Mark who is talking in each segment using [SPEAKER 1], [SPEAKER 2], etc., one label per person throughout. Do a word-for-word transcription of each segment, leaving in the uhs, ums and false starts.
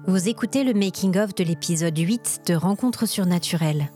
[SPEAKER 1] Vous écoutez le making-of de l'épisode huit de Rencontres surnaturelles.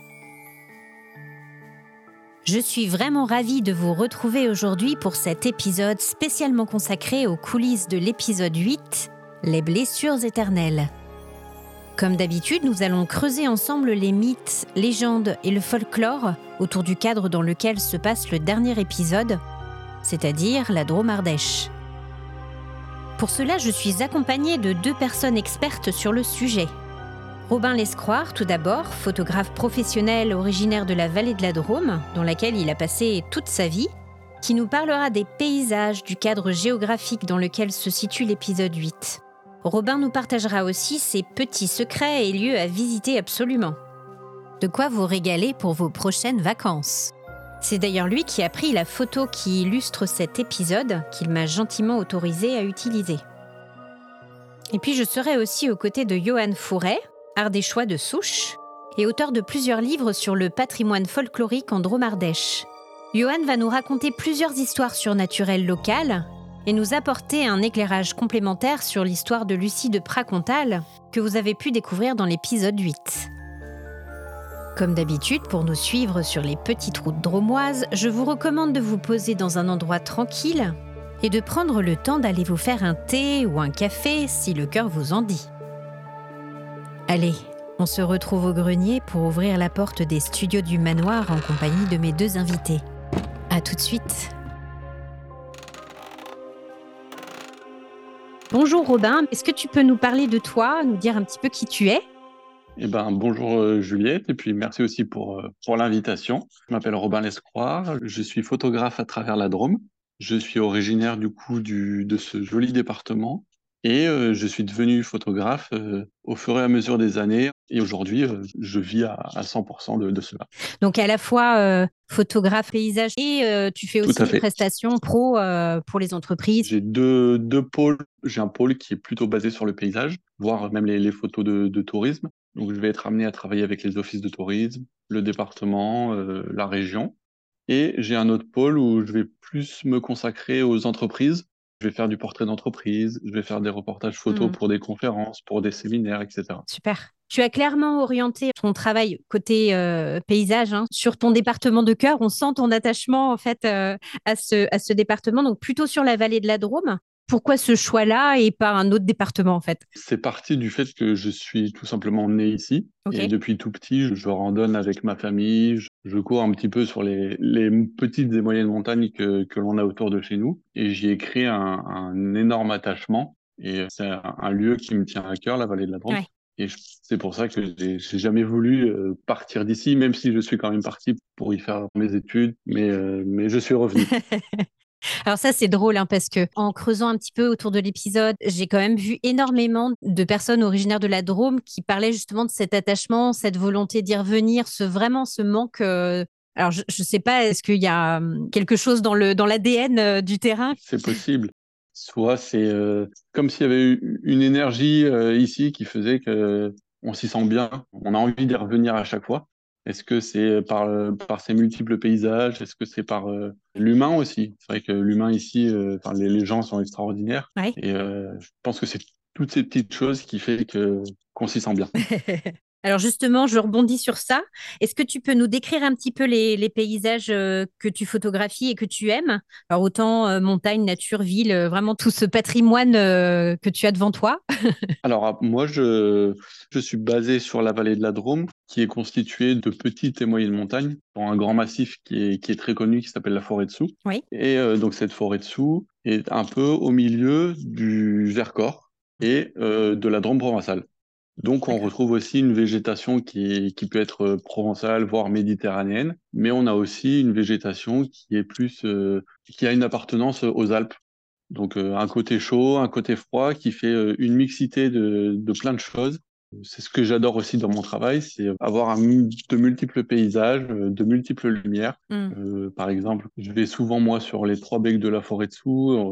[SPEAKER 1] Je suis vraiment ravie de vous retrouver aujourd'hui pour cet épisode spécialement consacré aux coulisses de l'épisode huit, les blessures éternelles. Comme d'habitude, nous allons creuser ensemble les mythes, légendes et le folklore autour du cadre dans lequel se passe le dernier épisode, c'est-à-dire la Drôme Ardèche. Pour cela, je suis accompagnée de deux personnes expertes sur le sujet. Robin Lescroire, tout d'abord, photographe professionnel originaire de la vallée de la Drôme, dans laquelle il a passé toute sa vie, qui nous parlera des paysages, du cadre géographique dans lequel se situe l'épisode huit. Robin nous partagera aussi ses petits secrets et lieux à visiter absolument. De quoi vous régaler pour vos prochaines vacances. C'est d'ailleurs lui qui a pris la photo qui illustre cet épisode, qu'il m'a gentiment autorisé à utiliser. Et puis je serai aussi aux côtés de Johan Fouret, ardéchois de souche, et auteur de plusieurs livres sur le patrimoine folklorique en Drôme-Ardèche. Johan va nous raconter plusieurs histoires surnaturelles locales et nous apporter un éclairage complémentaire sur l'histoire de Lucie de Pracontal, que vous avez pu découvrir dans l'épisode huit. Comme d'habitude, pour nous suivre sur les petites routes drômoises, je vous recommande de vous poser dans un endroit tranquille et de prendre le temps d'aller vous faire un thé ou un café si le cœur vous en dit. Allez, on se retrouve au grenier pour ouvrir la porte des studios du manoir en compagnie de mes deux invités. À tout de suite. Bonjour Robin, est-ce que tu peux nous parler de toi, nous dire un petit peu qui tu es ?
[SPEAKER 2] Eh ben, bonjour euh, Juliette, et puis merci aussi pour, euh, pour l'invitation. Je m'appelle Robin Lescroire, je suis photographe à travers la Drôme. Je suis originaire du coup du, de ce joli département et euh, je suis devenu photographe euh, au fur et à mesure des années. Et aujourd'hui, euh, je vis à, à cent pour cent de, de cela.
[SPEAKER 1] Donc à la fois euh, photographe paysage et euh, tu fais
[SPEAKER 2] Tout
[SPEAKER 1] aussi
[SPEAKER 2] à
[SPEAKER 1] des
[SPEAKER 2] fait.
[SPEAKER 1] prestations pro euh, pour les entreprises.
[SPEAKER 2] J'ai deux, deux pôles. J'ai un pôle qui est plutôt basé sur le paysage, voire même les, les photos de, de tourisme. Donc, je vais être amené à travailler avec les offices de tourisme, le département, euh, la région. Et j'ai un autre pôle où je vais plus me consacrer aux entreprises. Je vais faire du portrait d'entreprise, je vais faire des reportages photos
[SPEAKER 1] Mmh.
[SPEAKER 2] pour des conférences, pour des séminaires, et cetera.
[SPEAKER 1] Super. Tu as clairement orienté ton travail côté euh, paysage hein, sur ton département de cœur. On sent ton attachement en fait euh, à ce, à ce département, donc plutôt sur la vallée de la Drôme. Pourquoi ce choix-là et pas un autre département en fait ?
[SPEAKER 2] C'est parti du fait que je suis tout simplement né ici.
[SPEAKER 1] Ok.
[SPEAKER 2] Et depuis tout petit, je, je randonne avec ma famille. Je, je cours un petit peu sur les, les petites et moyennes montagnes que, que l'on a autour de chez nous. Et j'y ai créé un, un énorme attachement. Et c'est un, un lieu qui me tient à cœur, la vallée de la Drôme.
[SPEAKER 1] Ouais.
[SPEAKER 2] Et je- c'est pour ça que j'ai j'ai jamais voulu euh, partir d'ici, même si je suis quand même parti pour y faire mes études. Mais, euh, mais je suis revenu.
[SPEAKER 1] Alors ça, c'est drôle hein, parce que en creusant un petit peu autour de l'épisode, j'ai quand même vu énormément de personnes originaires de la Drôme qui parlaient justement de cet attachement, cette volonté d'y revenir, ce vraiment ce manque. euh, Alors je ne sais pas, est-ce qu'il y a hum, quelque chose dans le dans l'A D N euh, du terrain?
[SPEAKER 2] C'est possible. Soit c'est euh, comme s'il y avait eu une énergie euh, ici qui faisait que on s'y sent bien, on a envie d'y revenir à chaque fois. Est-ce que c'est par, euh, par ces multiples paysages? Est-ce que c'est par euh, l'humain aussi? C'est vrai que l'humain ici, euh, enfin, les, les gens sont extraordinaires.
[SPEAKER 1] Ouais.
[SPEAKER 2] Et euh, je pense que c'est toutes ces petites choses qui fait que qu'on s'y sent bien.
[SPEAKER 1] Alors justement, je rebondis sur ça. Est-ce que tu peux nous décrire un petit peu les, les paysages euh, que tu photographies et que tu aimes? Alors autant euh, montagne, nature, ville, euh, vraiment tout ce patrimoine euh, que tu as devant toi.
[SPEAKER 2] Alors, ah, moi, je, je suis basé sur la vallée de la Drôme, qui est constituée de petites et moyennes montagnes, dans un grand massif qui est, qui est très connu, qui s'appelle la forêt de Soux.
[SPEAKER 1] Oui.
[SPEAKER 2] Et euh, donc, cette forêt de Soux est un peu au milieu du Vercors et euh, de la Drôme provençale. Donc, on
[SPEAKER 1] D'accord.
[SPEAKER 2] retrouve aussi une végétation qui, est- qui peut être provençale, voire méditerranéenne, mais on a aussi une végétation qui est plus, euh, qui a une appartenance aux Alpes. Donc euh, un côté chaud, un côté froid qui fait euh, une mixité de, de plein de choses. C'est ce que j'adore aussi dans mon travail, c'est avoir un, mu- de multiples paysages, euh, de multiples lumières.
[SPEAKER 1] Mm.
[SPEAKER 2] Euh, par exemple, je vais souvent moi sur les trois becs de la forêt de Soux. Euh,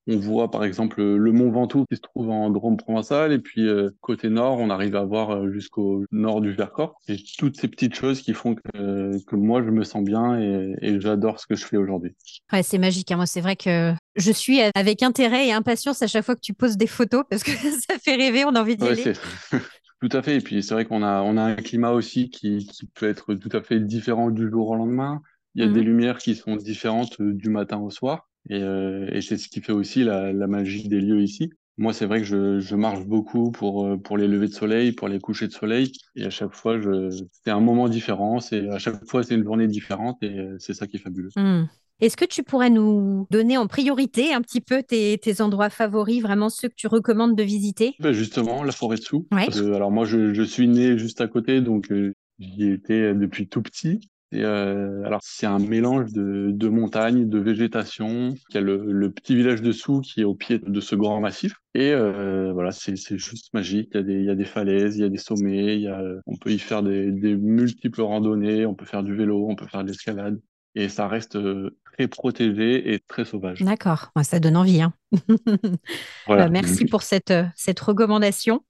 [SPEAKER 2] on voit par exemple le mont Ventoux qui se trouve en Drôme provençal, et puis euh, côté nord, on arrive à voir euh, jusqu'au nord du Vercors. Et toutes ces petites choses qui font que, que moi, je me sens bien et, et j'adore ce que je fais aujourd'hui.
[SPEAKER 1] Ouais, c'est magique, hein. Moi, c'est vrai que je suis avec intérêt et impatience à chaque fois que tu poses des photos parce que ça fait rêver, on a envie d'y
[SPEAKER 2] Ouais,
[SPEAKER 1] aller.
[SPEAKER 2] c'est tout à fait. Et puis c'est vrai qu'on a, on a un climat aussi qui, qui peut être tout à fait différent du jour au lendemain. Il y a des
[SPEAKER 1] Mhm.
[SPEAKER 2] lumières qui sont différentes euh, du matin au soir. Et, euh, et c'est ce qui fait aussi la, la magie des lieux ici. Moi, c'est vrai que je, je marche beaucoup pour, euh, pour les levées de soleil, pour les couchers de soleil. Et à chaque fois, je, c'est un moment différent. C'est, à chaque fois, c'est une journée différente. Et euh, c'est ça qui est fabuleux.
[SPEAKER 1] Mhm. Est-ce que tu pourrais nous donner en priorité un petit peu tes, tes endroits favoris, vraiment ceux que tu recommandes de visiter?
[SPEAKER 2] Ben justement, la forêt de Soux.
[SPEAKER 1] Ouais.
[SPEAKER 2] Parce que, alors moi, je, je suis né juste à côté, donc euh, j'y étais depuis tout petit. Et euh, alors, c'est un mélange de, de montagnes, de végétation. Il y a le, le petit village de Soux qui est au pied de ce grand massif. Et euh, voilà, c'est c'est juste magique. Il y a des, il y a des falaises, il y a des sommets. Il y a, on peut y faire des, des multiples randonnées. On peut faire du vélo, on peut faire de l'escalade. Et ça reste euh, très protégé et très sauvage.
[SPEAKER 1] D'accord. Ouais, ça donne envie, hein. Bah,
[SPEAKER 2] Voilà.
[SPEAKER 1] merci pour cette, euh, cette recommandation.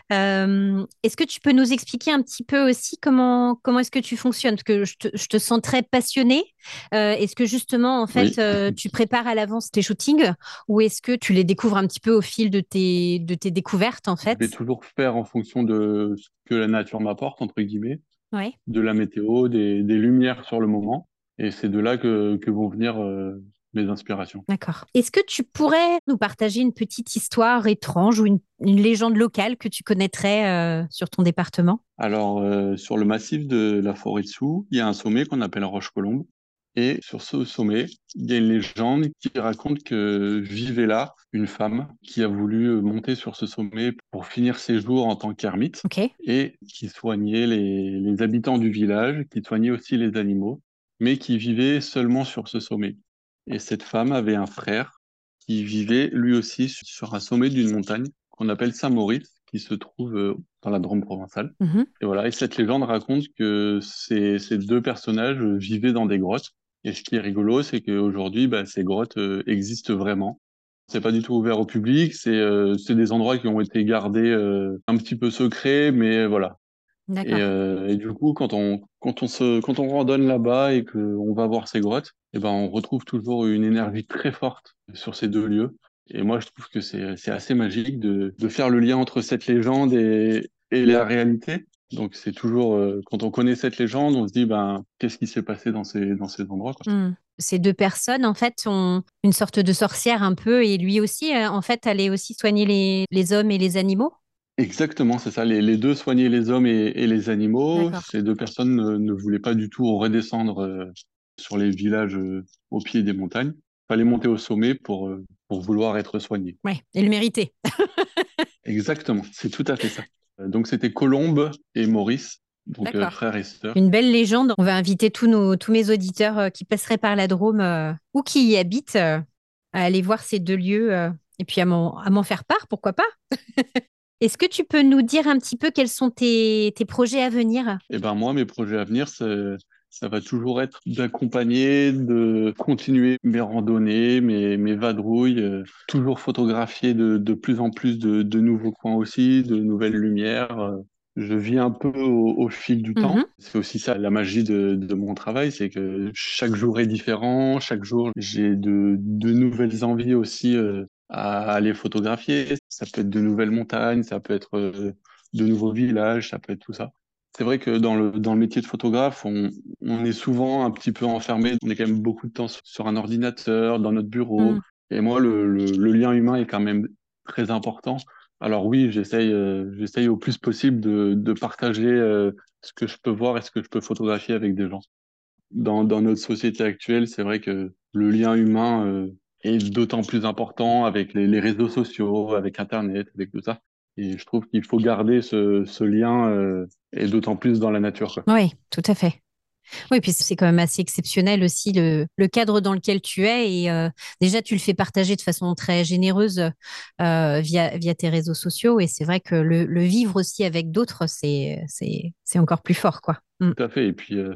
[SPEAKER 1] Euh, est-ce que tu peux nous expliquer un petit peu aussi comment, comment est-ce que tu fonctionnes? Parce que je te, je te sens très passionnée. Euh, est-ce que justement, en fait,
[SPEAKER 2] Oui.
[SPEAKER 1] euh, tu prépares à l'avance tes shootings ou est-ce que tu les découvres un petit peu au fil de tes, de tes découvertes, en
[SPEAKER 2] Je vais
[SPEAKER 1] fait?
[SPEAKER 2] toujours faire en fonction de ce que la nature m'apporte, entre guillemets,
[SPEAKER 1] Ouais.
[SPEAKER 2] de la météo, des, des lumières sur le moment. Et c'est de là que, que vont venir euh, mes inspirations.
[SPEAKER 1] D'accord. Est-ce que tu pourrais nous partager une petite histoire étrange ou une, une légende locale que tu connaîtrais euh, sur ton département?
[SPEAKER 2] Alors, euh, sur le massif de la forêt de Soux, il y a un sommet qu'on appelle Roche-Colombe. Et sur ce sommet, il y a une légende qui raconte que vivait là une femme qui a voulu euh, monter sur ce sommet pour finir ses jours en tant qu'ermite
[SPEAKER 1] Ok.
[SPEAKER 2] et qui soignait les, les habitants du village, qui soignait aussi les animaux, mais qui vivait seulement sur ce sommet. Et cette femme avait un frère qui vivait lui aussi sur un sommet d'une montagne qu'on appelle Saint-Maurice, qui se trouve euh, dans la Drôme provençale.
[SPEAKER 1] Mhm.
[SPEAKER 2] Et voilà, et cette légende raconte que ces, ces deux personnages vivaient dans des grottes. Et ce qui est rigolo, c'est qu'aujourd'hui, bah, ces grottes euh, existent vraiment. C'est pas du tout ouvert au public, c'est euh, c'est des endroits qui ont été gardés euh, un petit peu secrets, mais voilà. Et,
[SPEAKER 1] D'accord.
[SPEAKER 2] euh, et du coup, quand on quand on se quand on randonne là-bas et qu'on va voir ces grottes, et ben on retrouve toujours une énergie très forte sur ces deux lieux. Et moi, je trouve que c'est c'est assez magique de de faire le lien entre cette légende et et la réalité. Donc c'est toujours euh, quand on connaît cette légende, on se dit ben qu'est-ce qui s'est passé dans ces dans ces endroits, quoi.
[SPEAKER 1] Hmm. Ces deux personnes, en fait, ont une sorte de sorcière un peu, et lui aussi, euh, en fait, allait aussi soigner les, les hommes et les animaux.
[SPEAKER 2] Exactement, c'est ça. Les, les deux soignaient les hommes et, et les animaux.
[SPEAKER 1] D'accord.
[SPEAKER 2] Ces deux personnes ne, ne voulaient pas du tout redescendre euh, sur les villages euh, au pied des montagnes. Fallait monter au sommet pour, euh, pour vouloir être soigné.
[SPEAKER 1] Ouais, et le mériter.
[SPEAKER 2] Exactement, c'est tout à fait ça. Euh, Donc c'était Colombe et Maurice, donc euh,
[SPEAKER 1] D'accord.
[SPEAKER 2] frères et sœurs.
[SPEAKER 1] Une belle légende. On va inviter tous nos, tous mes auditeurs euh, qui passeraient par la Drôme euh, ou qui y habitent euh, à aller voir ces deux lieux euh, et puis à m'en, à m'en faire part, pourquoi pas. Est-ce que tu peux nous dire un petit peu quels sont tes, tes projets à venir?
[SPEAKER 2] Et ben moi, mes projets à venir, c'est- ça va toujours être d'accompagner, de continuer mes randonnées, mes, mes vadrouilles, euh, toujours photographier de, de plus en plus de, de nouveaux coins aussi, de nouvelles lumières. euh. Je vis un peu au, au fil du
[SPEAKER 1] Mhm.
[SPEAKER 2] temps. C'est aussi ça la magie de, de mon travail, c'est que chaque jour est différent, chaque jour j'ai de, de nouvelles envies aussi euh, à aller photographier. Ça peut être de nouvelles montagnes, ça peut être euh, de nouveaux villages, ça peut être tout ça. C'est vrai que dans le, dans le métier de photographe, on, on est souvent un petit peu enfermé. On est quand même beaucoup de temps sur sur un ordinateur, dans notre bureau.
[SPEAKER 1] Mm.
[SPEAKER 2] Et moi, le, le, le lien humain est quand même très important. Alors oui, j'essaye, euh, j'essaye au plus possible de, de partager euh, ce que je peux voir et ce que je peux photographier avec des gens. Dans, dans notre société actuelle, c'est vrai que le lien humain euh, est d'autant plus important avec les, les réseaux sociaux, avec Internet, avec tout ça. Et je trouve qu'il faut garder ce, ce lien euh, et d'autant plus dans la nature, quoi.
[SPEAKER 1] Oui, tout à fait. Oui, puis c'est quand même assez exceptionnel aussi le, le cadre dans lequel tu es. Et euh, déjà, tu le fais partager de façon très généreuse euh, via, via tes réseaux sociaux. Et c'est vrai que le, le vivre aussi avec d'autres, c'est, c'est, c'est encore plus fort, quoi. Mm.
[SPEAKER 2] Tout à fait. Et puis, euh,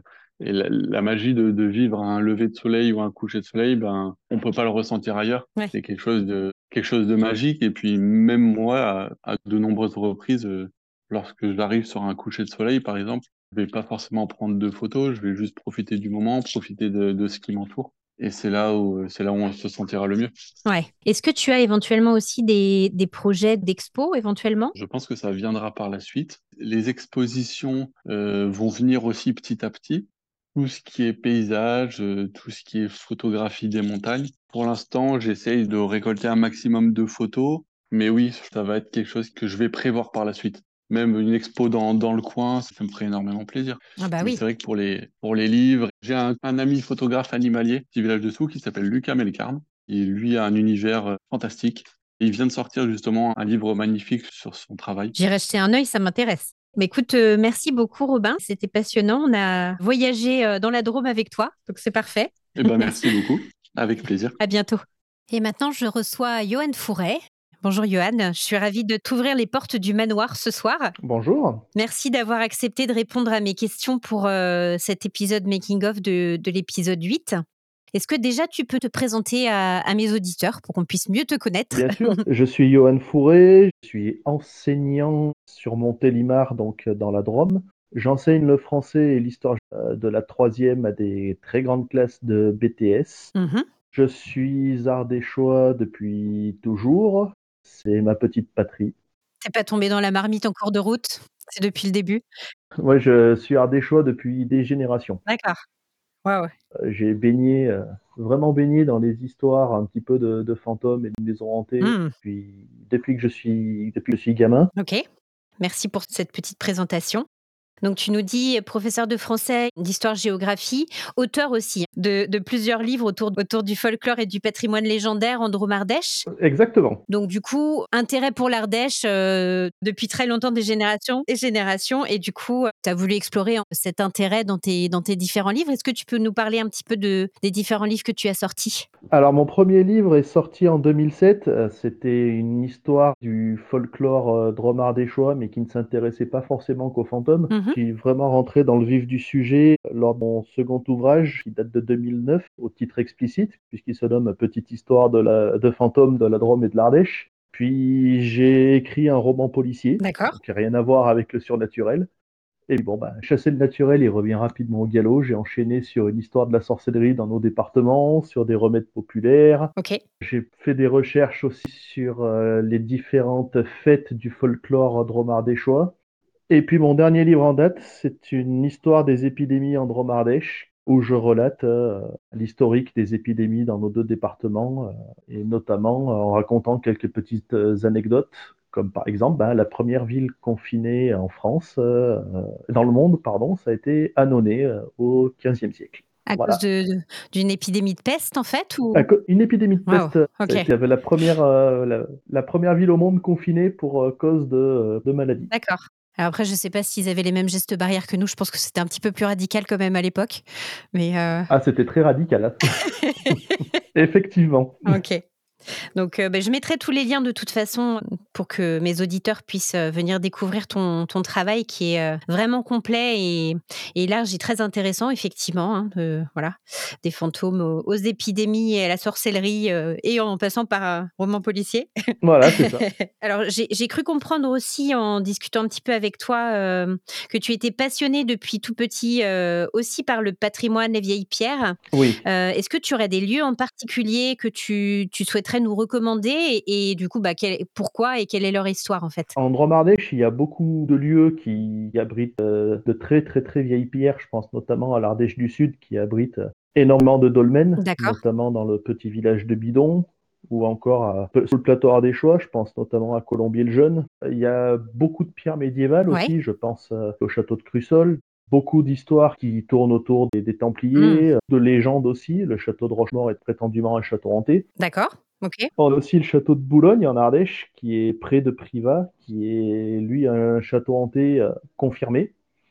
[SPEAKER 2] Et la, la magie de, de vivre un lever de soleil ou un coucher de soleil, ben, on peut pas le ressentir ailleurs.
[SPEAKER 1] Ouais.
[SPEAKER 2] C'est quelque chose de, quelque chose de magique. Et puis, même moi, à, à de nombreuses reprises, euh, lorsque j'arrive sur un coucher de soleil, par exemple, je vais pas forcément prendre de photos, je vais juste profiter du moment, profiter de, de ce qui m'entoure. Et c'est là où, c'est là où on se sentira le mieux.
[SPEAKER 1] Ouais. Est-ce que tu as éventuellement aussi des, des projets d'expo, éventuellement?
[SPEAKER 2] Je pense que ça viendra par la suite. Les expositions euh, vont venir aussi petit à petit. Tout ce qui est paysage, euh, tout ce qui est photographie des montagnes. Pour l'instant, j'essaye de récolter un maximum de photos, mais oui, ça va être quelque chose que je vais prévoir par la suite. Même une expo dans, dans le coin, ça me ferait énormément plaisir.
[SPEAKER 1] Ah bah
[SPEAKER 2] Mais
[SPEAKER 1] oui.
[SPEAKER 2] c'est vrai que pour les, pour les livres, j'ai un, un ami photographe animalier, petit village dessous, qui s'appelle Lucas Melcarne. Et lui a un univers euh, fantastique. Et il vient de sortir justement un livre magnifique sur son travail.
[SPEAKER 1] J'irai jeter un œil, ça m'intéresse. Mais écoute, euh, merci beaucoup Robin, c'était passionnant. On a voyagé euh, dans la Drôme avec toi, donc c'est parfait.
[SPEAKER 2] Eh ben, merci beaucoup. Avec plaisir.
[SPEAKER 1] À bientôt. Et maintenant, je reçois Johan Fouret. Bonjour Johan, je suis ravie de t'ouvrir les portes du manoir ce soir.
[SPEAKER 3] Bonjour.
[SPEAKER 1] Merci d'avoir accepté de répondre à mes questions pour euh, cet épisode making-of de, de l'épisode huit. Est-ce que déjà tu peux te présenter à, à mes auditeurs pour qu'on puisse mieux te connaître?
[SPEAKER 3] Bien sûr, je suis Johan Fouret, je suis enseignant sur Montélimar, donc euh, dans la Drôme. J'enseigne le français et l'histoire euh, de la troisième à des très grandes classes de B T S.
[SPEAKER 1] Mhm.
[SPEAKER 3] Je suis ardéchois depuis toujours, c'est ma petite patrie.
[SPEAKER 1] T'es pas tombé dans la marmite en cours de route? C'est depuis le début?
[SPEAKER 3] Moi, je suis ardéchois depuis des générations.
[SPEAKER 1] D'accord. Ouais, ouais.
[SPEAKER 3] Euh, J'ai baigné, euh, vraiment baigné dans les histoires un petit peu de, de fantômes et de maisons hantées
[SPEAKER 1] Hmm.
[SPEAKER 3] depuis, depuis que je suis, depuis que je suis gamin.
[SPEAKER 1] Ok. Merci pour cette petite présentation. Donc, tu nous dis professeur de français, d'histoire-géographie, auteur aussi de, de plusieurs livres autour, autour du folklore et du patrimoine légendaire en Drôme-Ardèche.
[SPEAKER 3] Exactement.
[SPEAKER 1] Donc, du coup, intérêt pour l'Ardèche euh, depuis très longtemps, des générations et générations. Et du coup, tu as voulu explorer cet intérêt dans tes, dans tes différents livres. Est-ce que tu peux nous parler un petit peu de, des différents livres que tu as sortis?
[SPEAKER 3] Alors, mon premier livre est sorti en deux mille sept. Euh, C'était une histoire du folklore euh, drôme-ardéchois, mais qui ne s'intéressait pas forcément qu'aux fantômes.
[SPEAKER 1] Mhm.
[SPEAKER 3] Je suis vraiment rentré dans le vif du sujet lors de mon second ouvrage, qui date de deux mille neuf, au titre explicite, puisqu'il se nomme Petite histoire de, la, de fantômes de la Drôme et de l'Ardèche. Puis j'ai écrit un roman policier,
[SPEAKER 1] D'accord.
[SPEAKER 3] qui n'a rien à voir avec le surnaturel. Et bon, bah, chasser le naturel, il revient rapidement au galop. J'ai enchaîné sur une histoire de la sorcellerie dans nos départements, sur des remèdes populaires.
[SPEAKER 1] Ok.
[SPEAKER 3] J'ai fait des recherches aussi sur euh, les différentes fêtes du folklore drôme-ardéchois. Et puis mon dernier livre en date, c'est une histoire des épidémies en Drôme-Ardèche, où je relate euh, l'historique des épidémies dans nos deux départements, euh, et notamment euh, en racontant quelques petites euh, anecdotes, comme par exemple bah, la première ville confinée en France, euh, dans le monde, pardon, ça a été Annonay euh, au quinzième siècle.
[SPEAKER 1] À cause
[SPEAKER 3] Voilà.
[SPEAKER 1] de, de- d'une épidémie de peste, en fait, ou...
[SPEAKER 3] À co- Une épidémie de
[SPEAKER 1] Waouh,
[SPEAKER 3] peste, ça a
[SPEAKER 1] ok.
[SPEAKER 3] été la première, euh, la, la première ville au monde confinée pour euh, cause de, de maladie.
[SPEAKER 1] D'accord. Alors après, je ne sais pas s'ils avaient les mêmes gestes barrières que nous. Je pense que c'était un petit peu plus radical quand même à l'époque. Mais euh,
[SPEAKER 3] Ah, c'était très radical, hein. Effectivement.
[SPEAKER 1] ok. Donc, euh, ben, je mettrai tous les liens de toute façon pour que mes auditeurs puissent euh, venir découvrir ton, ton travail qui est euh, vraiment complet et, et large et très intéressant, effectivement. Hein, de- voilà, des fantômes aux, aux épidémies et à la sorcellerie euh, et en passant par un roman policier.
[SPEAKER 3] Voilà, c'est ça.
[SPEAKER 1] Alors, j'ai, j'ai cru comprendre aussi en discutant un petit peu avec toi euh, que tu étais passionné depuis tout petit euh, aussi par le patrimoine, les vieilles pierres.
[SPEAKER 3] Oui.
[SPEAKER 1] Euh, est-ce que tu aurais des lieux en particulier que tu, tu souhaiterais nous recommander et, et du coup, bah, quel- pourquoi et quelle est leur histoire en fait?
[SPEAKER 3] En Drôme-Ardèche, il y a beaucoup de lieux qui abritent euh, de très très très vieilles pierres. Je pense notamment à l'Ardèche du Sud qui abrite euh, énormément de dolmens,
[SPEAKER 1] D'accord.
[SPEAKER 3] notamment dans le petit village de Bidon ou encore à- sur le plateau ardéchois. Je pense notamment à Colombier-le-Jeune. Il y a beaucoup de pierres médiévales
[SPEAKER 1] Ouais.
[SPEAKER 3] aussi. Je pense euh, au château de Crussol. Beaucoup d'histoires qui tournent autour des, des
[SPEAKER 1] Mm.
[SPEAKER 3] Templiers, de légendes aussi. Le château de Rochemort est prétendument un château hanté.
[SPEAKER 1] D'accord. Ok.
[SPEAKER 3] On a aussi le château de Boulogne en Ardèche, qui est près de Privas, qui est lui un château hanté euh, confirmé.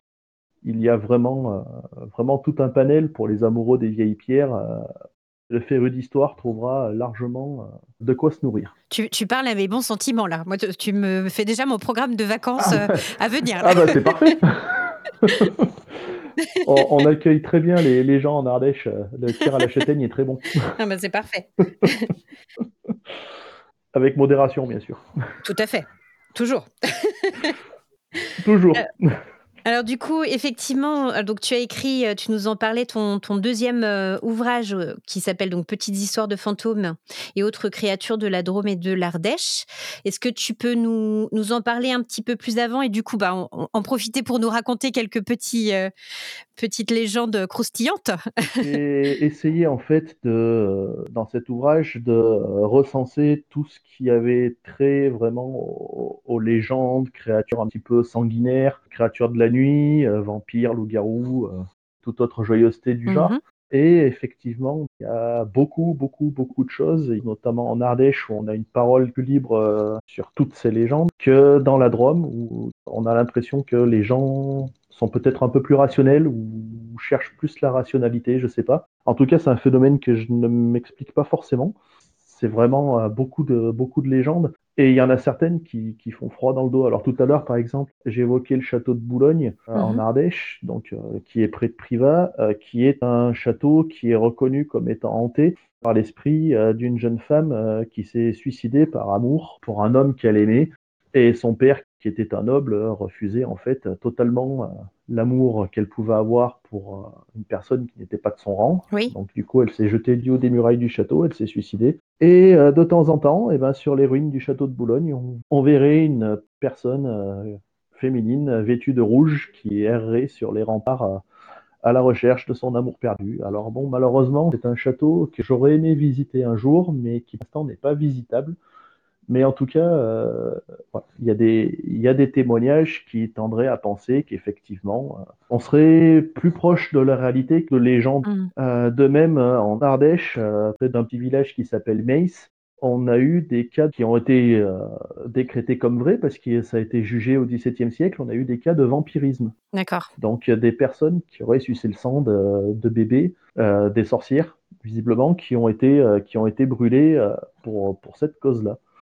[SPEAKER 3] Il y a vraiment, euh, vraiment tout un panel pour les amoureux des vieilles pierres. Euh, le féru d'histoire trouvera largement euh, de quoi se nourrir.
[SPEAKER 1] Tu, tu parles à mes bons sentiments là. Moi, tu, tu me fais déjà mon programme de vacances
[SPEAKER 3] Ah,
[SPEAKER 1] euh, à venir là.
[SPEAKER 3] ah bah c'est parfait. On, on accueille très bien les, les gens en Ardèche. euh, Le tir à la châtaigne est très bon.
[SPEAKER 1] Ah bah, c'est parfait.
[SPEAKER 3] Avec modération, bien sûr.
[SPEAKER 1] Tout à fait. Toujours.
[SPEAKER 3] Toujours.
[SPEAKER 1] Alors du coup, effectivement, heu, donc tu as écrit, heu, tu nous en parlais, ton ton deuxième heu, ouvrage, heu, qui s'appelle donc «Petites histoires de fantômes et autres créatures de la Drôme et de l'Ardèche». Est-ce que tu peux nous nous en parler un petit peu plus avant et du coup, bah, en en profiter pour nous raconter quelques petits, heu, petites légendes croustillantes?
[SPEAKER 3] J'ai essayé en fait de, euh, dans cet ouvrage de euh, recenser tout ce qui avait trait vraiment aux, aux légendes, créatures un petit peu sanguinaires, créatures de la nuit, euh, vampires, loups-garous, euh, toute autre joyeuseté du
[SPEAKER 1] Mmh.
[SPEAKER 3] genre. Et effectivement, il y a beaucoup, beaucoup, beaucoup de choses, et notamment en Ardèche où on a une parole plus libre euh, sur toutes ces légendes que dans la Drôme où on a l'impression que les gens sont peut-être un peu plus rationnels ou cherchent plus la rationalité, je sais pas. En tout cas, c'est un phénomène que je ne m'explique pas forcément. C'est vraiment euh, beaucoup de, beaucoup de légendes. Et il y en a certaines qui, qui font froid dans le dos. Alors tout à l'heure, par exemple, j'ai évoqué le château de Boulogne euh, en
[SPEAKER 1] Mmh.
[SPEAKER 3] Ardèche, donc euh, qui est près de Privas, euh, qui est un château qui est reconnu comme étant hanté par l'esprit euh, d'une jeune femme euh, qui s'est suicidée par amour pour un homme qu'elle aimait. Et son père, qui était un noble, euh, refusait en fait totalement euh, l'amour qu'elle pouvait avoir pour euh, une personne qui n'était pas de son rang.
[SPEAKER 1] Oui.
[SPEAKER 3] Donc du coup, elle s'est jetée du haut des murailles du château, elle s'est suicidée. Et euh, de temps en temps, eh ben, sur les ruines du château de Boulogne, on, on verrait une personne euh, féminine vêtue de rouge qui errait sur les remparts euh, à la recherche de son amour perdu. Alors bon, malheureusement, c'est un château que j'aurais aimé visiter un jour, mais qui pour l'instant n'est pas visitable. Mais en tout cas, euh, voilà, il y a des, il y a des témoignages qui tendraient à penser qu'effectivement, euh, on serait plus proche de la réalité que de légendes.
[SPEAKER 1] Mmh.
[SPEAKER 3] Euh, de même, euh, en Ardèche, euh, près d'un petit village qui s'appelle Meis, on a eu des cas qui ont été euh, décrétés comme vrais parce que ça a été jugé au XVIIe siècle. On a eu des cas de vampirisme.
[SPEAKER 1] D'accord.
[SPEAKER 3] Donc, il y a des personnes qui auraient sucé le sang de, de bébés, euh, des sorcières, visiblement, qui ont été, euh, qui ont été brûlées euh, pour, pour cette cause-là.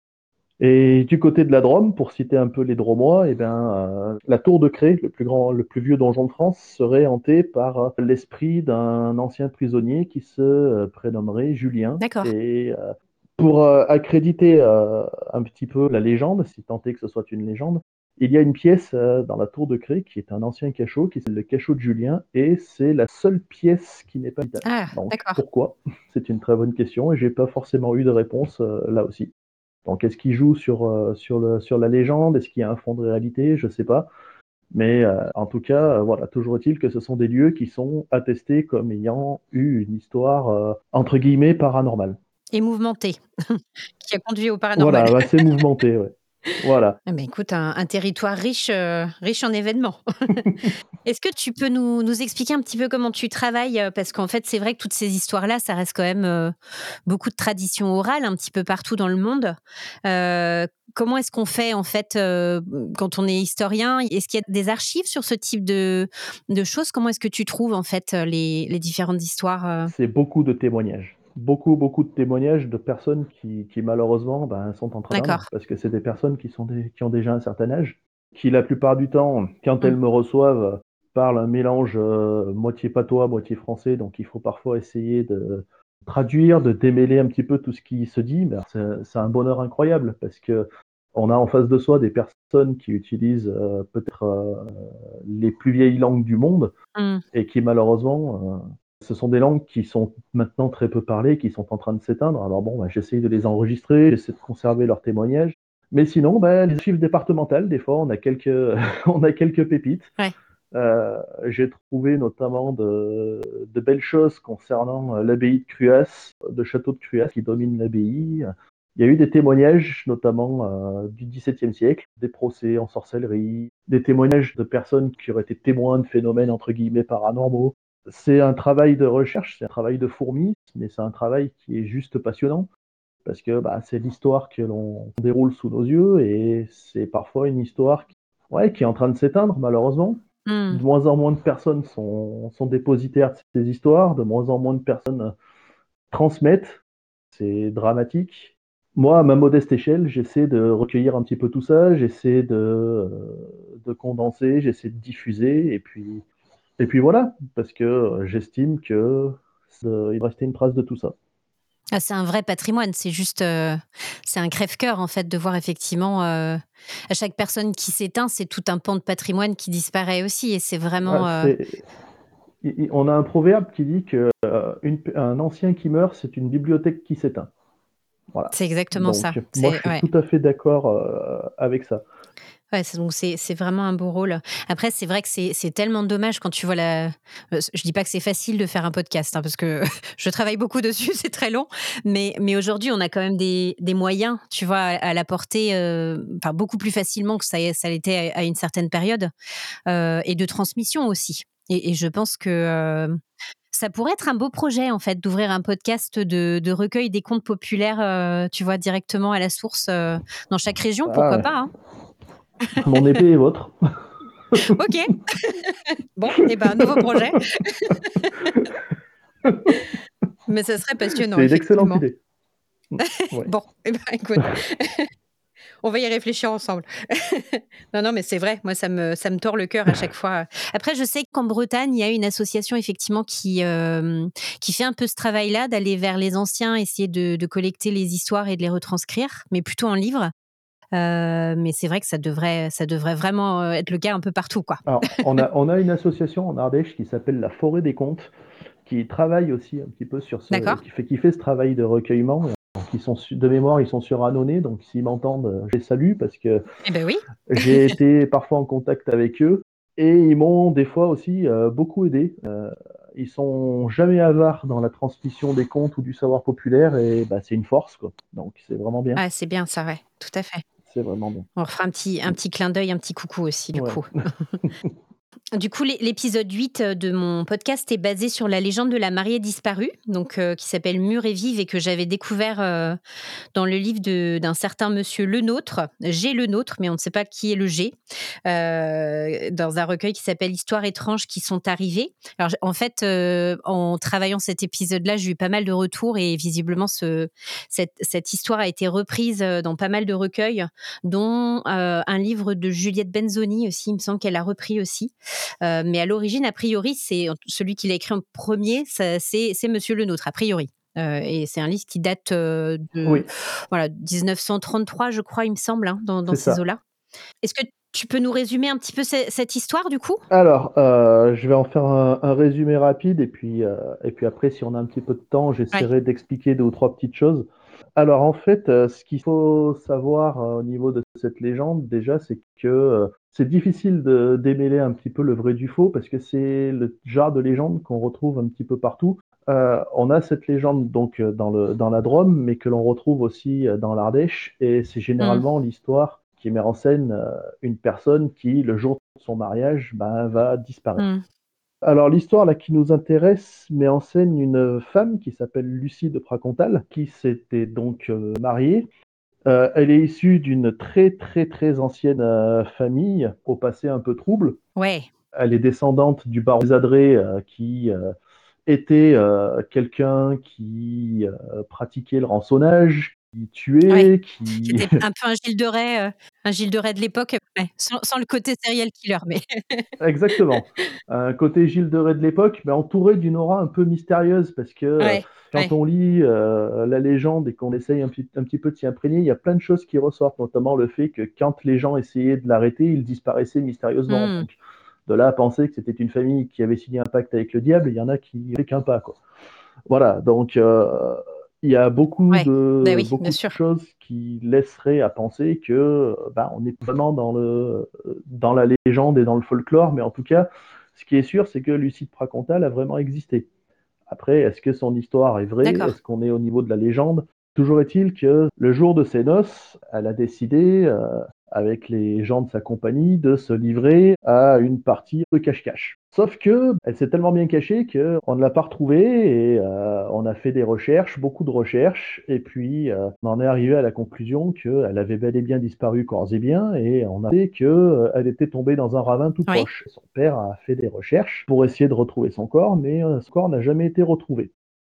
[SPEAKER 3] Et du côté de la Drôme, pour citer un peu les Dromois, eh ben, euh, la tour de Cré, le plus grand, le plus vieux donjon de France, serait hantée par euh, l'esprit d'un ancien prisonnier qui se euh, prénommerait Julien.
[SPEAKER 1] D'accord.
[SPEAKER 3] Et euh, pour euh, accréditer euh, un petit peu la légende, si tant est que ce soit une légende, il y a une pièce euh, dans la tour de Cré qui est un ancien cachot, qui est le cachot de Julien, et c'est la seule pièce qui n'est pas habitable.
[SPEAKER 1] Ah,
[SPEAKER 3] Donc
[SPEAKER 1] d'accord.
[SPEAKER 3] pourquoi? C'est une très bonne question et j'ai pas forcément eu de réponse euh, là aussi. Donc, est-ce qu'il joue sur, euh, sur, le, sur la légende? Est-ce qu'il y a un fond de réalité? Je ne sais pas. Mais euh, en tout cas, euh, voilà, toujours est-il que ce sont des lieux qui sont attestés comme ayant eu une histoire, euh, entre guillemets, paranormale.
[SPEAKER 1] Et mouvementé, qui a conduit au paranormal.
[SPEAKER 3] Voilà, assez mouvementé, ouais. Voilà.
[SPEAKER 1] Eh ben, écoute, un un territoire riche, heu, riche en événements. Est-ce que tu peux nous nous expliquer un petit peu comment tu travailles? Heu, parce qu'en fait, c'est vrai que toutes ces histoires-là, ça reste quand même, heu, beaucoup de traditions orales un petit peu partout dans le monde. Heu, comment est-ce qu'on fait, en fait, heu, quand on est historien? Est-ce qu'il y a des archives sur ce type de de choses? Comment est-ce que tu trouves, en fait, les les différentes histoires, heu?
[SPEAKER 3] C'est beaucoup de témoignages. Beaucoup, beaucoup de témoignages de personnes qui, qui malheureusement ben, sont en train d'atteindre,
[SPEAKER 1] D'accord.
[SPEAKER 3] parce que c'est des personnes qui, sont des, qui ont déjà un certain âge, qui la plupart du temps, quand
[SPEAKER 1] Mmh.
[SPEAKER 3] elles me reçoivent, parlent un mélange euh, moitié patois, moitié français, donc il faut parfois essayer de traduire, de démêler un petit peu tout ce qui se dit. Ben, c'est, c'est un bonheur incroyable, parce que on a en face de soi des personnes qui utilisent euh, peut-être euh, les plus vieilles langues du monde,
[SPEAKER 1] Mmh.
[SPEAKER 3] et qui malheureusement euh, ce sont des langues qui sont maintenant très peu parlées, qui sont en train de s'éteindre. Alors bon, bah, j'essaye de les enregistrer, j'essaie de conserver leurs témoignages. Mais sinon, bah, les archives départementales, des fois, on a quelques, on a quelques pépites.
[SPEAKER 1] Ouais.
[SPEAKER 3] Euh, j'ai trouvé notamment de, de belles choses concernant l'abbaye de Cruas, le château de Cruas qui domine l'abbaye. Il y a eu des témoignages, notamment euh, du XVIIe siècle, des procès en sorcellerie, des témoignages de personnes qui auraient été témoins de phénomènes entre guillemets paranormaux. C'est un travail de recherche, c'est un travail de fourmi, mais c'est un travail qui est juste passionnant parce que bah, c'est l'histoire que l'on déroule sous nos yeux et c'est parfois une histoire qui, ouais, qui est en train de s'éteindre malheureusement.
[SPEAKER 1] Mmh.
[SPEAKER 3] De moins en moins de personnes sont, sont dépositaires de ces histoires, de moins en moins de personnes transmettent. C'est dramatique. Moi, à ma modeste échelle, j'essaie de recueillir un petit peu tout ça, j'essaie de, de condenser, j'essaie de diffuser, et puis Et puis voilà, parce que euh, j'estime que euh, il restait une trace de tout ça.
[SPEAKER 1] Ah, c'est un vrai patrimoine, c'est juste, heu, c'est un crève-cœur, en fait, de voir effectivement, heu, à chaque personne qui s'éteint, c'est tout un pan de patrimoine qui disparaît aussi et c'est
[SPEAKER 3] Ah,
[SPEAKER 1] vraiment, heu
[SPEAKER 3] c'est, i- i- on a un proverbe qui dit que euh, une- un ancien qui meurt, c'est une bibliothèque qui s'éteint. Voilà.
[SPEAKER 1] c'est exactement ça.
[SPEAKER 3] Donc moi, je
[SPEAKER 1] C'est
[SPEAKER 3] suis
[SPEAKER 1] ouais.
[SPEAKER 3] tout à fait d'accord euh, avec ça.
[SPEAKER 1] Ouais, c'est donc c'est c'est vraiment un beau rôle. Après, c'est vrai que c'est c'est tellement dommage quand tu vois la heu, je dis pas que c'est facile de faire un podcast, hein, parce que je travaille beaucoup dessus, c'est très long. Mais mais aujourd'hui, on a quand même des des moyens, tu vois, à à la portée, heu, enfin beaucoup plus facilement que ça ça l'était à à une certaine période, heu et de transmission aussi. Et et je pense que, heu, ça pourrait être un beau projet, en fait, d'ouvrir un podcast de de recueil des contes populaires, heu, tu vois, directement à la source, heu, dans chaque région, pourquoi
[SPEAKER 3] Ah,
[SPEAKER 1] pas, hein?
[SPEAKER 3] mon épée est vôtre.
[SPEAKER 1] OK. Bon, et ben, nouveau projet, mais ça serait passionnant,
[SPEAKER 3] C'est une excellente
[SPEAKER 1] effectivement.
[SPEAKER 3] idée. Mm, ouais.
[SPEAKER 1] Bon, et ben, écoute, on va y réfléchir ensemble. Non, non, mais c'est vrai, moi, ça me ça me tord le cœur à chaque fois. Après, je sais qu'en Bretagne, il y a une association effectivement qui, hem, qui fait un peu ce travail-là, d'aller vers les anciens, essayer de de collecter les histoires et de les retranscrire, mais plutôt en livre. Heu, mais c'est vrai que ça devrait ça devrait vraiment, heu, être le cas un peu partout, quoi.
[SPEAKER 3] Alors, on a, on a une association en Ardèche qui s'appelle la Forêt des Contes, qui travaille aussi un petit peu sur ce,
[SPEAKER 1] D'accord?
[SPEAKER 3] qui fait, qui fait ce travail de recueillement. Qui sont su- de mémoire, ils sont sur Annonay, donc s'ils m'entendent, euh, je les salue parce que
[SPEAKER 1] Eh ben, oui.
[SPEAKER 3] j'ai été parfois en contact avec eux et ils m'ont des fois aussi euh, beaucoup aidé. Euh, ils sont jamais avares dans la transmission des contes ou du savoir populaire et bah, c'est une force quoi. Donc c'est vraiment bien.
[SPEAKER 1] Ah, c'est bien ça, ouais, tout à fait.
[SPEAKER 3] C'est vraiment bien.
[SPEAKER 1] On refera un petit un petit clin d'œil, un petit coucou aussi, du
[SPEAKER 3] Ouais.
[SPEAKER 1] coup. Du coup, l'é l'épisode huit de mon podcast est basé sur la légende de la mariée disparue, donc heu, qui s'appelle Mûre et vive et que j'avais découvert, heu, dans le livre de d'un certain monsieur Lenôtre, G. Lenôtre, mais on ne sait pas qui est le G, heu, dans un recueil qui s'appelle Histoires étranges qui sont arrivées. Alors j en fait, heu, en travaillant cet épisode-là, j'ai eu pas mal de retours et visiblement ce cette cette histoire a été reprise, heu, dans pas mal de recueils, dont, heu, un livre de Juliette Benzoni aussi, il me semble qu'elle a repris aussi. Heu, mais à l'origine, a priori, c'est celui qui l'a écrit en premier, ça c'est c'est monsieur Lenôtre, a priori. Heu et c'est un livre qui date, heu, de
[SPEAKER 3] Oui,
[SPEAKER 1] voilà, dix-neuf cent trente-trois, je crois, il me semble, hein, dans dans
[SPEAKER 3] c'est
[SPEAKER 1] ces
[SPEAKER 3] ça.
[SPEAKER 1] eaux-là. Est-ce que tu peux nous résumer un petit peu ce cette histoire, du coup?
[SPEAKER 3] Alors, euh, je vais en faire un, un résumé rapide et puis, euh, et puis après, si on a un petit peu de temps,
[SPEAKER 1] Ouais.
[SPEAKER 3] j'essaierai d'expliquer deux ou trois petites choses. Alors, en fait, euh, ce qu'il faut savoir euh, au niveau de cette légende, déjà, c'est que euh, c'est difficile de démêler un petit peu le vrai du faux parce que c'est le genre de légende qu'on retrouve un petit peu partout. Euh, on a cette légende donc euh, dans le, dans la Drôme, mais que l'on retrouve aussi euh, dans l'Ardèche, et c'est
[SPEAKER 1] Mmh.
[SPEAKER 3] généralement l'histoire qui met en scène euh, une personne qui, le jour de son mariage, ben, va disparaître.
[SPEAKER 1] Mmh.
[SPEAKER 3] Alors l'histoire là qui nous intéresse met en scène une femme qui s'appelle Lucie de Pracontal, qui s'était donc euh, mariée. Euh, elle est issue d'une très très très ancienne euh, famille au passé un peu trouble.
[SPEAKER 1] Ouais.
[SPEAKER 3] Elle est descendante du baron des Adrets euh, qui euh, était euh, quelqu'un qui euh, pratiquait le rançonnage, qui
[SPEAKER 1] Ouais.
[SPEAKER 3] tuait,
[SPEAKER 1] Qui
[SPEAKER 3] qui
[SPEAKER 1] était un peu un Gilles de Rais, heu, un Gilles de Rais de l'époque, ouais, sans sans le côté serial killer, mais
[SPEAKER 3] exactement. Un côté Gilles de Rais de l'époque, mais entouré d'une aura un peu mystérieuse, parce que euh,
[SPEAKER 1] ouais,
[SPEAKER 3] quand
[SPEAKER 1] ouais.
[SPEAKER 3] on lit euh, la légende et qu'on essaye un petit, un petit peu de s'y imprégner, il y a plein de choses qui ressortent, notamment le fait que quand les gens essayaient de l'arrêter, il disparaissait mystérieusement.
[SPEAKER 1] Mmh.
[SPEAKER 3] Donc, de là à penser que c'était une famille qui avait signé un pacte avec le diable, il y en a qui n'avaient qu'un pas, quoi. Voilà, donc euh, il y a beaucoup
[SPEAKER 1] Ouais. Bah,
[SPEAKER 3] de,
[SPEAKER 1] oui, bien
[SPEAKER 3] beaucoup de
[SPEAKER 1] sûr.
[SPEAKER 3] choses qui laisseraient à penser que euh, bah, on est vraiment dans, le, dans la légende et dans le folklore, mais en tout cas, ce qui est sûr, c'est que Lucie de Pracontal a vraiment existé. Après, est-ce que son histoire est vraie?
[SPEAKER 1] D'accord.
[SPEAKER 3] Est-ce qu'on est au niveau de la légende? Toujours est-il que le jour de ses noces, elle a décidé, euh, avec les gens de sa compagnie, de se livrer à une partie de cache-cache. Sauf que elle s'est tellement bien cachée qu'on ne l'a pas retrouvée et euh, on a fait des recherches, beaucoup de recherches, et puis euh, on en est arrivé à la conclusion qu'elle avait bel et bien disparu corps et bien, et on a fait qu'elle était tombée dans un ravin tout
[SPEAKER 1] Oui.
[SPEAKER 3] proche. Son père a fait des recherches pour essayer de retrouver son corps, mais euh, son corps n'a jamais été retrouvé.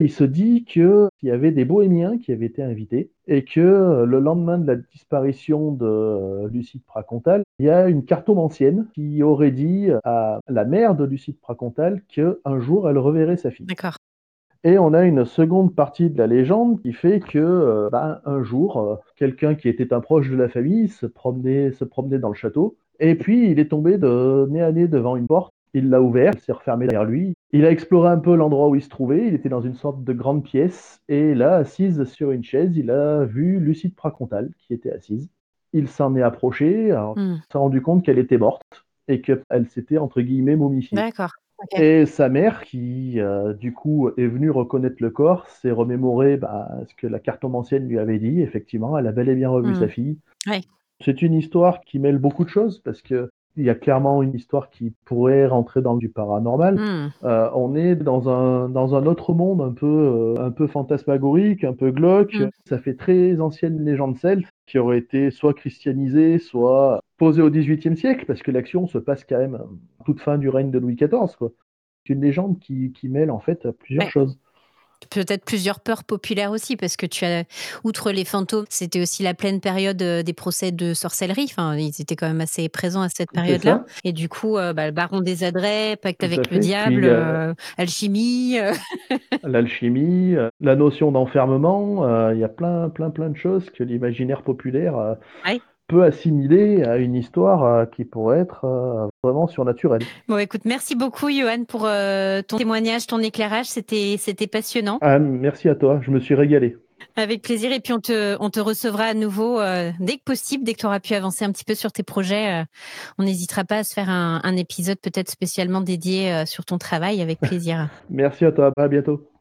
[SPEAKER 3] Il se dit qu'il y avait des bohémiens qui avaient été invités et que le lendemain de la disparition de Lucide Pracontal, il y a une cartomancienne qui aurait dit à la mère de Lucide Pracontal qu'un jour elle reverrait sa fille.
[SPEAKER 1] D'accord.
[SPEAKER 3] Et on a une seconde partie de la légende qui fait que euh, ben, un jour, euh, quelqu'un qui était un proche de la famille se promenait, se promenait dans le château et puis il est tombé de nez à nez devant une porte. Il l'a ouverte, elle s'est refermée derrière lui. Il a exploré un peu l'endroit où il se trouvait. Il était dans une sorte de grande pièce. Et là, assise sur une chaise, il a vu Lucide Pracontal qui était assise. Il s'en est approché. Alors,
[SPEAKER 1] Hmm.
[SPEAKER 3] il s'est rendu compte qu'elle était morte et qu'elle s'était, entre guillemets, momifiée.
[SPEAKER 1] D'accord. Ok.
[SPEAKER 3] Et sa mère, qui euh, du coup est venue reconnaître le corps, s'est remémoré bah, ce que la cartomancienne lui avait dit. Effectivement, elle a bel et bien revu
[SPEAKER 1] Hmm.
[SPEAKER 3] sa fille.
[SPEAKER 1] Ouais.
[SPEAKER 3] C'est une histoire qui mêle beaucoup de choses parce que il y a clairement une histoire qui pourrait rentrer dans du paranormal.
[SPEAKER 1] Hmm.
[SPEAKER 3] Euh, on est dans un, dans un autre monde un peu, euh, un peu fantasmagorique, un peu glauque.
[SPEAKER 1] Hmm.
[SPEAKER 3] Ça fait très ancienne légende celte qui aurait été soit christianisée, soit posée au dix-huitième siècle parce que l'action se passe quand même à toute fin du règne de Louis quatorze, quoi. C'est une légende qui, qui mêle en fait plusieurs
[SPEAKER 1] Ouais.
[SPEAKER 3] choses.
[SPEAKER 1] Peut-être plusieurs peurs populaires aussi, parce que tu as, outre les fantômes, c'était aussi la pleine période euh, des procès de sorcellerie. Enfin, ils étaient quand même assez présents à cette
[SPEAKER 3] C'est
[SPEAKER 1] période-là.
[SPEAKER 3] ça,
[SPEAKER 1] Et du coup, euh, bah, le baron des Adrets, pacte
[SPEAKER 3] tout à
[SPEAKER 1] avec le
[SPEAKER 3] fait. Puis
[SPEAKER 1] diable,
[SPEAKER 3] euh,
[SPEAKER 1] euh, alchimie. euh.
[SPEAKER 3] l'alchimie, euh, la notion d'enfermement, euh, il y a plein, plein, plein de choses que l'imaginaire populaire euh,
[SPEAKER 1] Ouais.
[SPEAKER 3] peut assimiler à une histoire euh, qui pourrait être euh, vraiment surnaturelle.
[SPEAKER 1] Bon, écoute, merci beaucoup, Johan, pour euh, ton témoignage, ton éclairage. C'était, c'était passionnant.
[SPEAKER 3] Ah, merci à toi, je me suis régalé.
[SPEAKER 1] Avec plaisir. Et puis, on te, on te recevra à nouveau euh, dès que possible, dès que tu auras pu avancer un petit peu sur tes projets. Euh, on n'hésitera pas à se faire un, un épisode peut-être spécialement dédié euh, sur ton travail, avec plaisir.
[SPEAKER 3] Merci à toi, à bientôt.